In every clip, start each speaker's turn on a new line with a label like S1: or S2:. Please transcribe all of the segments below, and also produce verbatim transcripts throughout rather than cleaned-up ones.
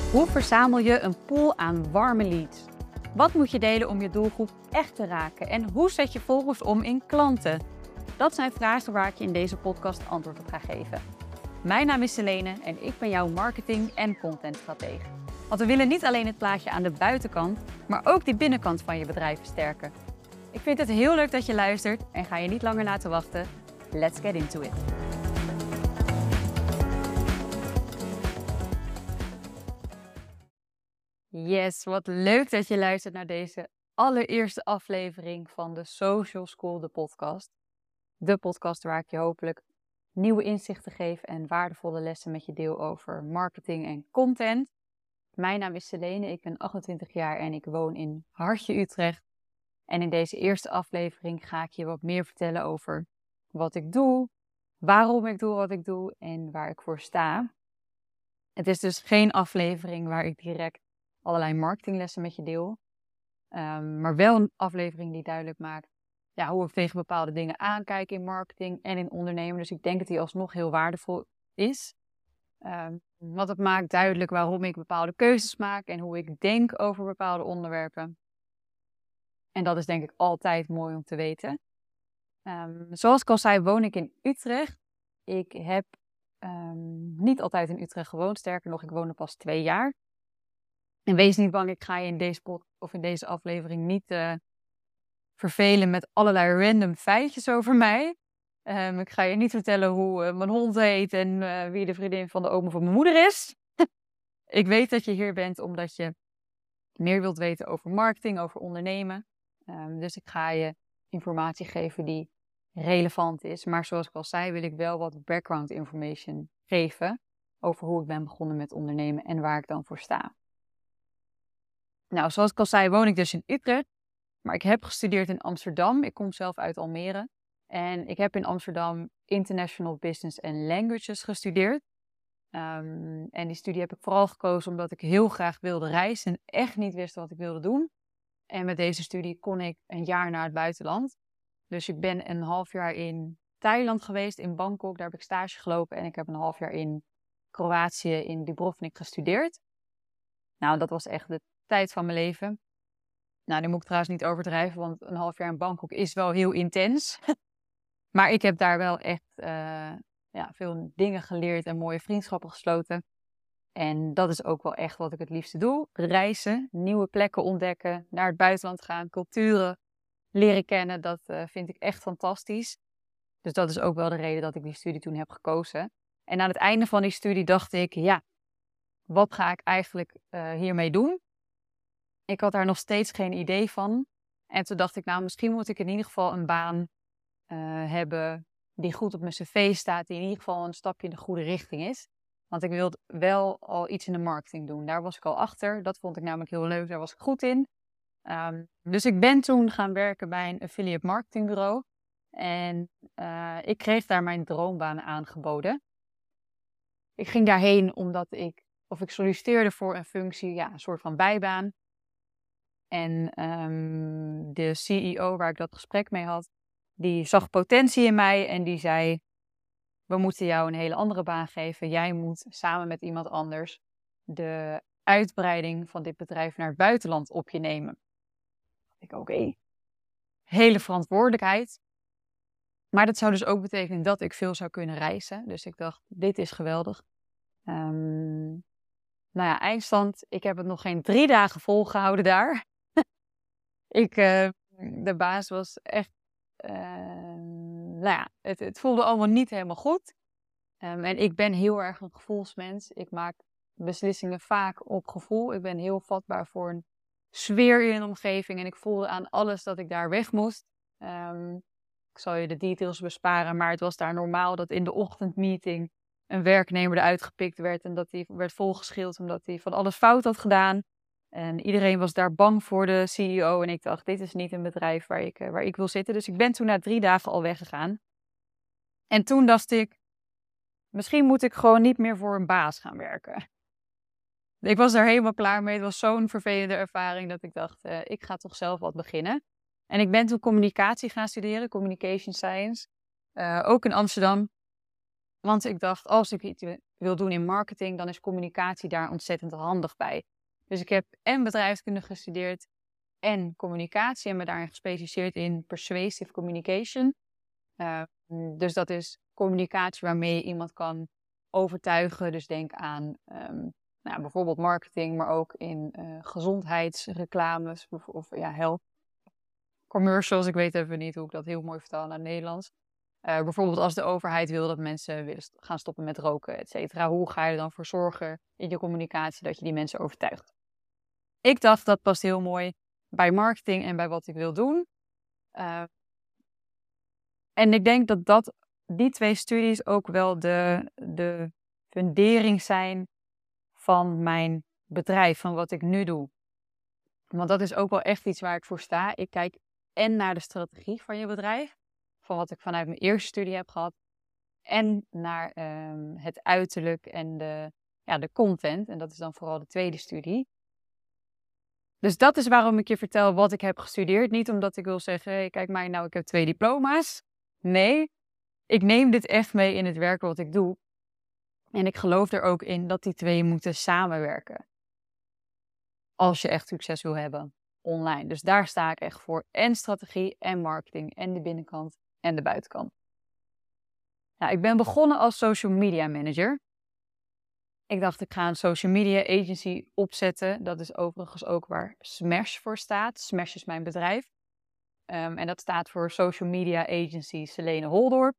S1: Hoe verzamel je een pool aan warme leads? Wat moet je delen om je doelgroep echt te raken? En hoe zet je volgers om in klanten? Dat zijn vragen waar ik je in deze podcast antwoord op ga geven. Mijn naam is Selene en ik ben jouw marketing- en contentstratege. Want we willen niet alleen het plaatje aan de buitenkant, maar ook die binnenkant van je bedrijf versterken. Ik vind het heel leuk dat je luistert en ga je niet langer laten wachten. Let's get into it. Yes, wat leuk dat je luistert naar deze allereerste aflevering van de Social School, de podcast. De podcast waar ik je hopelijk nieuwe inzichten geef en waardevolle lessen met je deel over marketing en content. Mijn naam is Selene, ik ben achtentwintig jaar en ik woon in Hartje, Utrecht. En in deze eerste aflevering ga ik je wat meer vertellen over wat ik doe, waarom ik doe wat ik doe en waar ik voor sta. Het is dus geen aflevering waar ik direct allerlei marketinglessen met je deel. Um, maar wel een aflevering die duidelijk maakt ja, hoe ik tegen bepaalde dingen aankijk in marketing en in ondernemen. Dus ik denk dat die alsnog heel waardevol is. Um, want het maakt duidelijk waarom ik bepaalde keuzes maak en hoe ik denk over bepaalde onderwerpen. En dat is denk ik altijd mooi om te weten. Um, zoals ik al zei, woon ik in Utrecht. Ik heb um, niet altijd in Utrecht gewoond. Sterker nog, ik woon er pas twee jaar. En wees niet bang, ik ga je in deze, pod- of in deze aflevering niet uh, vervelen met allerlei random feitjes over mij. Um, ik ga je niet vertellen hoe uh, mijn hond heet en uh, wie de vriendin van de oma van mijn moeder is. Ik weet dat je hier bent omdat je meer wilt weten over marketing, over ondernemen. Um, dus ik ga je informatie geven die relevant is. Maar zoals ik al zei, wil ik wel wat background information geven over hoe ik ben begonnen met ondernemen en waar ik dan voor sta. Nou, zoals ik al zei, woon ik dus in Utrecht. Maar ik heb gestudeerd in Amsterdam. Ik kom zelf uit Almere. En ik heb in Amsterdam International Business and Languages gestudeerd. Um, en die studie heb ik vooral gekozen omdat ik heel graag wilde reizen en echt niet wist wat ik wilde doen. En met deze studie kon ik een jaar naar het buitenland. Dus ik ben een half jaar in Thailand geweest, in Bangkok. Daar heb ik stage gelopen. En ik heb een half jaar in Kroatië, in Dubrovnik gestudeerd. Nou, dat was echt de tijd van mijn leven. Nou, die moet ik trouwens niet overdrijven, want een half jaar in Bangkok is wel heel intens. Maar ik heb daar wel echt uh, ja, veel dingen geleerd en mooie vriendschappen gesloten. En dat is ook wel echt wat ik het liefste doe. Reizen, nieuwe plekken ontdekken, naar het buitenland gaan, culturen leren kennen. Dat uh, vind ik echt fantastisch. Dus dat is ook wel de reden dat ik die studie toen heb gekozen. En aan het einde van die studie dacht ik, ja, wat ga ik eigenlijk uh, hiermee doen? Ik had daar nog steeds geen idee van. En toen dacht ik, nou, misschien moet ik in ieder geval een baan uh, hebben die goed op mijn cv staat, die in ieder geval een stapje in de goede richting is. Want ik wilde wel al iets in de marketing doen. Daar was ik al achter. Dat vond ik namelijk heel leuk. Daar was ik goed in. Um, dus ik ben toen gaan werken bij een affiliate marketingbureau. En uh, ik kreeg daar mijn droombaan aangeboden. Ik ging daarheen omdat ik, of ik solliciteerde voor een functie, ja, een soort van bijbaan. En um, de C E O waar ik dat gesprek mee had, die zag potentie in mij en die zei, we moeten jou een hele andere baan geven. Jij moet samen met iemand anders de uitbreiding van dit bedrijf naar het buitenland op je nemen. Ik oké, okay. Hele verantwoordelijkheid. Maar dat zou dus ook betekenen dat ik veel zou kunnen reizen. Dus ik dacht, dit is geweldig. Um, nou ja, eindstand, ik heb het nog geen drie dagen volgehouden daar. ik, uh, de baas was echt, uh, nou ja, het, het voelde allemaal niet helemaal goed. Um, en ik ben heel erg een gevoelsmens. Ik maak beslissingen vaak op gevoel. Ik ben heel vatbaar voor een sfeer in een omgeving. En ik voelde aan alles dat ik daar weg moest. Um, ik zal je de details besparen. Maar het was daar normaal dat in de ochtendmeeting een werknemer eruit gepikt werd. En dat die werd volgeschild omdat hij van alles fout had gedaan. En iedereen was daar bang voor de C E O. En ik dacht, dit is niet een bedrijf waar ik, waar ik wil zitten. Dus ik ben toen na drie dagen al weggegaan. En toen dacht ik, misschien moet ik gewoon niet meer voor een baas gaan werken. Ik was daar helemaal klaar mee. Het was zo'n vervelende ervaring dat ik dacht, uh, ik ga toch zelf wat beginnen. En ik ben toen communicatie gaan studeren, communication science. Uh, ook in Amsterdam. Want ik dacht, als ik iets, wil doen in marketing, dan is communicatie daar ontzettend handig bij. Dus ik heb en bedrijfskunde gestudeerd en communicatie en me daarin gespecialiseerd in persuasive communication. Uh, dus dat is communicatie waarmee je iemand kan overtuigen. Dus denk aan um, nou, bijvoorbeeld marketing, maar ook in uh, gezondheidsreclames of, of ja, health commercials. Ik weet even niet hoe ik dat heel mooi vertaal naar het Nederlands. Uh, bijvoorbeeld als de overheid wil dat mensen willen st- gaan stoppen met roken, et cetera. Hoe ga je er dan voor zorgen in je communicatie dat je die mensen overtuigt? Ik dacht dat past heel mooi bij marketing en bij wat ik wil doen. Uh, en ik denk dat, dat die twee studies ook wel de, de fundering zijn van mijn bedrijf, van wat ik nu doe. Want dat is ook wel echt iets waar ik voor sta. Ik kijk en naar de strategie van je bedrijf, van wat ik vanuit mijn eerste studie heb gehad, en naar um, het uiterlijk en de, ja, de content. En dat is dan vooral de tweede studie. Dus dat is waarom ik je vertel wat ik heb gestudeerd. Niet omdat ik wil zeggen, hey, kijk mij nou, ik heb twee diploma's. Nee, ik neem dit echt mee in het werk wat ik doe. En ik geloof er ook in dat die twee moeten samenwerken. Als je echt succes wil hebben online. Dus daar sta ik echt voor. En strategie en marketing. En de binnenkant en de buitenkant. Nou, ik ben begonnen als social media manager. Ik dacht, ik ga een social media agency opzetten. Dat is overigens ook waar Smash voor staat. Smash is mijn bedrijf. Um, en dat staat voor Social Media Agency Selene Holdorp.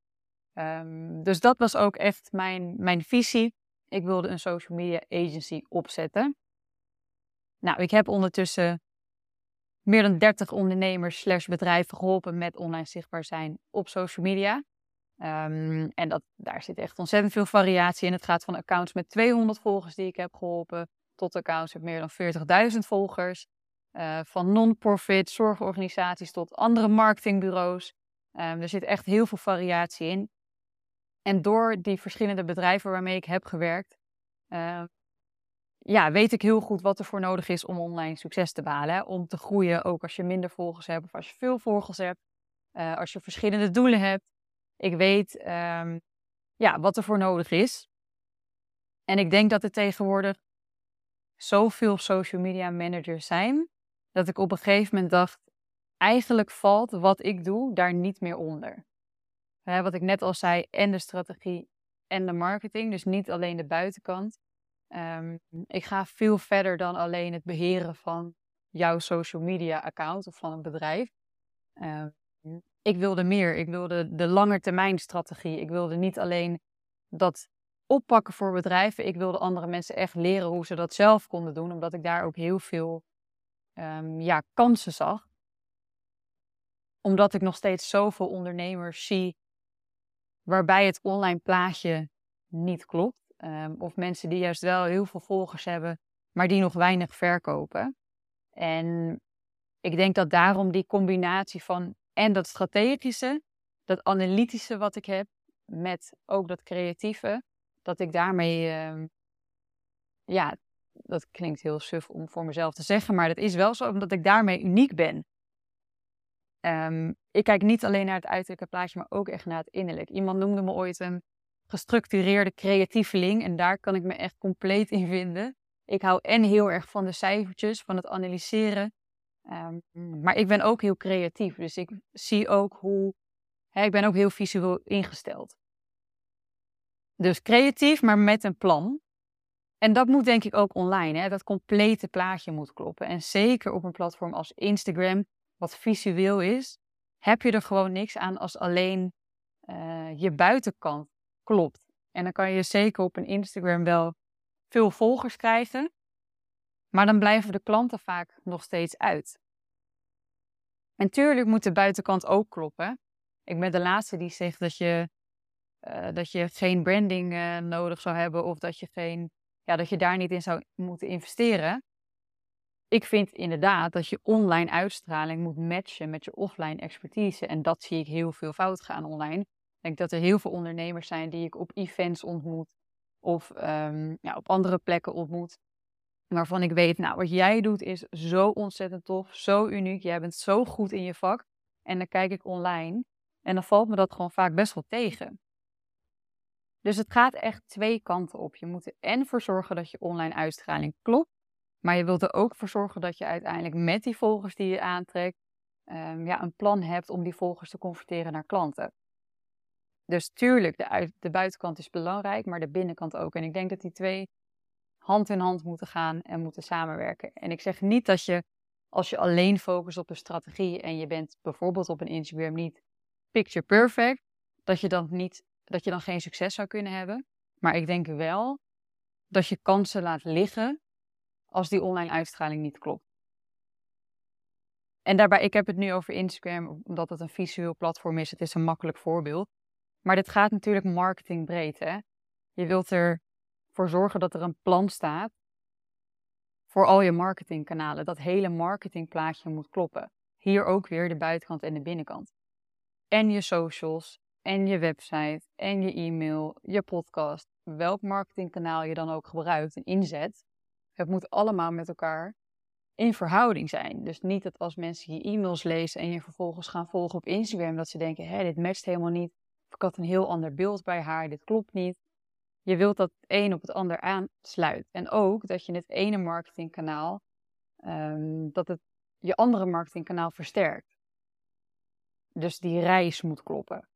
S1: Um, dus dat was ook echt mijn, mijn visie. Ik wilde een social media agency opzetten. Nou, ik heb ondertussen meer dan dertig ondernemers slash bedrijven geholpen met online zichtbaar zijn op social media. Um, en dat, daar zit echt ontzettend veel variatie in. Het gaat van accounts met tweehonderd volgers die ik heb geholpen, tot accounts met meer dan veertigduizend volgers. Uh, van non-profit, zorgorganisaties tot andere marketingbureaus. Um, er zit echt heel veel variatie in. En door die verschillende bedrijven waarmee ik heb gewerkt, uh, ja, weet ik heel goed wat er voor nodig is om online succes te behalen. Hè? Om te groeien, ook als je minder volgers hebt of als je veel volgers hebt. Uh, als je verschillende doelen hebt. Ik weet um, ja, wat er voor nodig is. En ik denk dat er tegenwoordig zoveel social media managers zijn, dat ik op een gegeven moment dacht, eigenlijk valt wat ik doe daar niet meer onder. He, wat ik net al zei, en de strategie en de marketing, dus niet alleen de buitenkant. Um, ik ga veel verder dan alleen het beheren van jouw social media account of van een bedrijf. Um, ik wilde meer, ik wilde de langetermijn strategie. Ik wilde niet alleen dat oppakken voor bedrijven. Ik wilde andere mensen echt leren hoe ze dat zelf konden doen, omdat ik daar ook heel veel um, ja, kansen zag. Omdat ik nog steeds zoveel ondernemers zie waarbij het online plaatje niet klopt. Um, of mensen die juist wel heel veel volgers hebben, maar die nog weinig verkopen. En ik denk dat daarom die combinatie van en dat strategische, dat analytische wat ik heb, met ook dat creatieve, dat ik daarmee, um, ja, dat klinkt heel suf om voor mezelf te zeggen, maar dat is wel zo, omdat ik daarmee uniek ben. Um, ik kijk niet alleen naar het uiterlijke plaatje, maar ook echt naar het innerlijk. Iemand noemde me ooit een gestructureerde creatieveling en daar kan ik me echt compleet in vinden. Ik hou en heel erg van de cijfertjes, van het analyseren. Um, maar ik ben ook heel creatief, dus ik zie ook hoe, hè, ik ben ook heel visueel ingesteld. Dus creatief, maar met een plan. En dat moet denk ik ook online, hè? Dat complete plaatje moet kloppen. En zeker op een platform als Instagram, wat visueel is, heb je er gewoon niks aan als alleen uh, je buitenkant klopt. En dan kan je zeker op een Instagram wel veel volgers krijgen, maar dan blijven de klanten vaak nog steeds uit. En tuurlijk moet de buitenkant ook kloppen. Ik ben de laatste die zegt dat je, uh, dat je geen branding uh, nodig zou hebben of dat je, geen, ja, dat je daar niet in zou moeten investeren. Ik vind inderdaad dat je online uitstraling moet matchen met je offline expertise. En dat zie ik heel veel fout gaan online. Ik denk dat er heel veel ondernemers zijn die ik op events ontmoet of um, ja, op andere plekken ontmoet. Waarvan ik weet, nou, wat jij doet is zo ontzettend tof, zo uniek. Jij bent zo goed in je vak. En dan kijk ik online en dan valt me dat gewoon vaak best wel tegen. Dus het gaat echt twee kanten op. Je moet er en voor zorgen dat je online uitstraling klopt. Maar je wilt er ook voor zorgen dat je uiteindelijk met die volgers die je aantrekt, um, ja, een plan hebt om die volgers te converteren naar klanten. Dus tuurlijk, de, uit, de buitenkant is belangrijk, maar de binnenkant ook. En ik denk dat die twee hand in hand moeten gaan en moeten samenwerken. En ik zeg niet dat je, als je alleen focust op de strategie en je bent bijvoorbeeld op een Instagram niet picture perfect, dat je dan, niet, dat je dan geen succes zou kunnen hebben. Maar ik denk wel dat je kansen laat liggen als die online uitstraling niet klopt. En daarbij, ik heb het nu over Instagram, omdat het een visueel platform is. Het is een makkelijk voorbeeld. Maar dit gaat natuurlijk marketingbreed, hè. Je wilt ervoor zorgen dat er een plan staat voor al je marketingkanalen. Dat hele marketingplaatje moet kloppen. Hier ook weer de buitenkant en de binnenkant. En je socials, en je website, en je e-mail, je podcast. Welk marketingkanaal je dan ook gebruikt en inzet. Het moet allemaal met elkaar in verhouding zijn. Dus niet dat als mensen je e-mails lezen en je vervolgens gaan volgen op Instagram, dat ze denken, hé, dit matcht helemaal niet. Of ik had een heel ander beeld bij haar, dit klopt niet. Je wilt dat het een op het ander aansluit. En ook dat je het ene marketingkanaal, um, dat het je andere marketingkanaal versterkt. Dus die reis moet kloppen.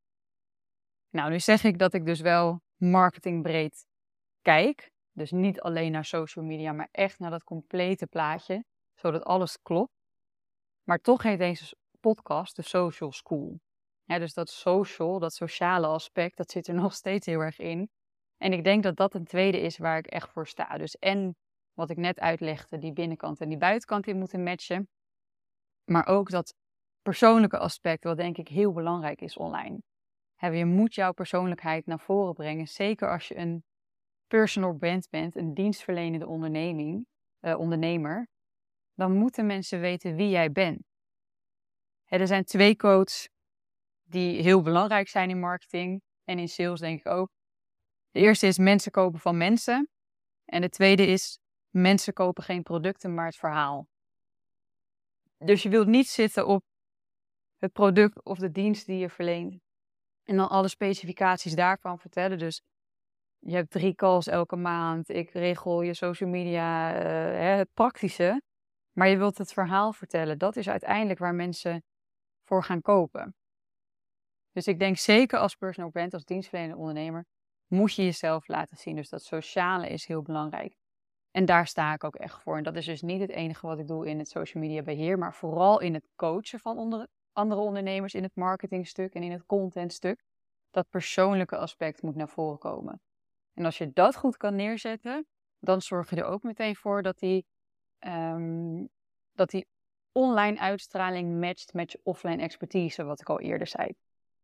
S1: Nou, nu zeg ik dat ik dus wel marketingbreed kijk. Dus niet alleen naar social media, maar echt naar dat complete plaatje. Zodat alles klopt. Maar toch heet deze podcast de Social School. Ja, dus dat social, dat sociale aspect, dat zit er nog steeds heel erg in. En ik denk dat dat een tweede is waar ik echt voor sta. Dus en wat ik net uitlegde, die binnenkant en die buitenkant in moeten matchen. Maar ook dat persoonlijke aspect, wat denk ik heel belangrijk is online. Je moet jouw persoonlijkheid naar voren brengen. Zeker als je een personal brand bent, een dienstverlenende onderneming, uh, ondernemer. Dan moeten mensen weten wie jij bent. Hè, er zijn twee codes die heel belangrijk zijn in marketing en in sales denk ik ook. De eerste is mensen kopen van mensen. En de tweede is mensen kopen geen producten, maar het verhaal. Dus je wilt niet zitten op het product of de dienst die je verleent. En dan alle specificaties daarvan vertellen. Dus je hebt drie calls elke maand. Ik regel je social media, uh, hè, het praktische. Maar je wilt het verhaal vertellen. Dat is uiteindelijk waar mensen voor gaan kopen. Dus ik denk zeker als personal brand, als dienstverlenende ondernemer, moet je jezelf laten zien. Dus dat sociale is heel belangrijk. En daar sta ik ook echt voor. En dat is dus niet het enige wat ik doe in het social media beheer, maar vooral in het coachen van onder, andere ondernemers, in het marketingstuk en in het contentstuk. Dat persoonlijke aspect moet naar voren komen. En als je dat goed kan neerzetten, dan zorg je er ook meteen voor dat die, um, dat die online uitstraling matcht met je offline expertise, wat ik al eerder zei.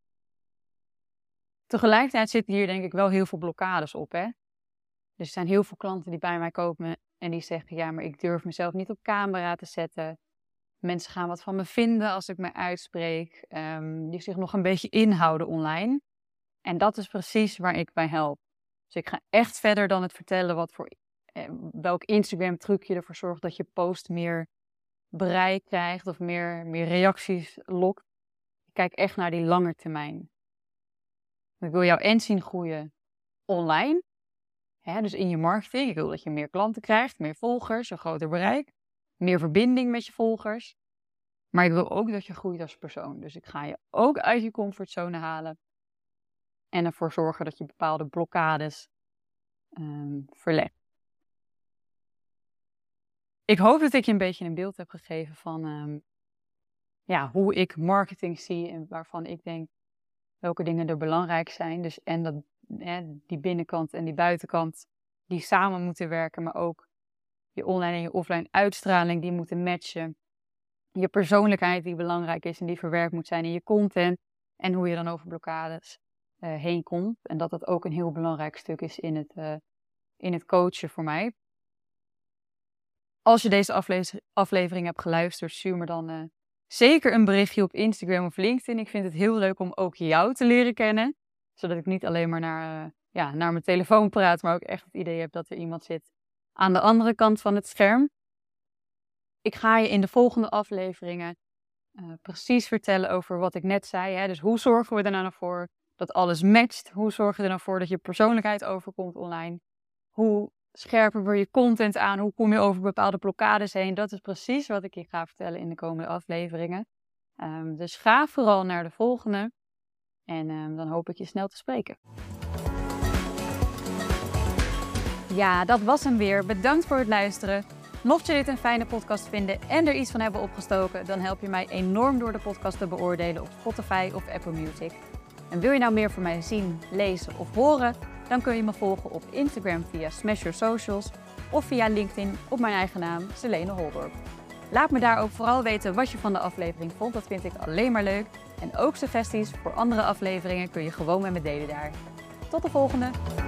S1: Tegelijkertijd zitten hier denk ik wel heel veel blokkades op, hè. Dus er zijn heel veel klanten die bij mij kopen en die zeggen, ja, maar ik durf mezelf niet op camera te zetten. Mensen gaan wat van me vinden als ik me uitspreek. Um, die zich nog een beetje inhouden online. En dat is precies waar ik bij help. Dus ik ga echt verder dan het vertellen wat voor, eh, welk Instagram trucje ervoor zorgt dat je post meer bereik krijgt of meer, meer reacties lokt. Ik kijk echt naar die lange termijn. Ik wil jou en zien groeien online. Hè, dus in je marketing. Ik wil dat je meer klanten krijgt, meer volgers, een groter bereik. Meer verbinding met je volgers. Maar ik wil ook dat je groeit als persoon. Dus ik ga je ook uit je comfortzone halen. En ervoor zorgen dat je bepaalde blokkades um, verlegt. Ik hoop dat ik je een beetje een beeld heb gegeven van um, ja, hoe ik marketing zie. En waarvan ik denk welke dingen er belangrijk zijn. Dus en dat, hè, die binnenkant en die buitenkant die samen moeten werken. Maar ook je online en je offline uitstraling die moeten matchen. Je persoonlijkheid die belangrijk is en die verwerkt moet zijn in je content. En hoe je dan over blokkades uh, heen komt. En dat dat ook een heel belangrijk stuk is in het, uh, in het coachen voor mij. Als je deze afle- aflevering hebt geluisterd, stuur me dan uh, zeker een berichtje op Instagram of LinkedIn. Ik vind het heel leuk om ook jou te leren kennen. Zodat ik niet alleen maar naar, uh, ja, naar mijn telefoon praat, maar ook echt het idee heb dat er iemand zit aan de andere kant van het scherm. Ik ga je in de volgende afleveringen uh, precies vertellen over wat ik net zei. Hè? Dus hoe zorgen we er nou voor dat alles matcht. Hoe zorg je er nou voor dat je persoonlijkheid overkomt online? Hoe scherper we je content aan? Hoe kom je over bepaalde blokkades heen? Dat is precies wat ik je ga vertellen in de komende afleveringen. Um, dus ga vooral naar de volgende. En um, dan hoop ik je snel te spreken. Ja, dat was hem weer. Bedankt voor het luisteren. Mocht je dit een fijne podcast vinden en er iets van hebben opgestoken, dan help je mij enorm door de podcast te beoordelen op Spotify of Apple Music. En wil je nou meer van mij zien, lezen of horen, dan kun je me volgen op Instagram via Smash Your Socials of via LinkedIn op mijn eigen naam, Selene Holdorp. Laat me daar ook vooral weten wat je van de aflevering vond, dat vind ik alleen maar leuk. En ook suggesties voor andere afleveringen kun je gewoon met me delen daar. Tot de volgende!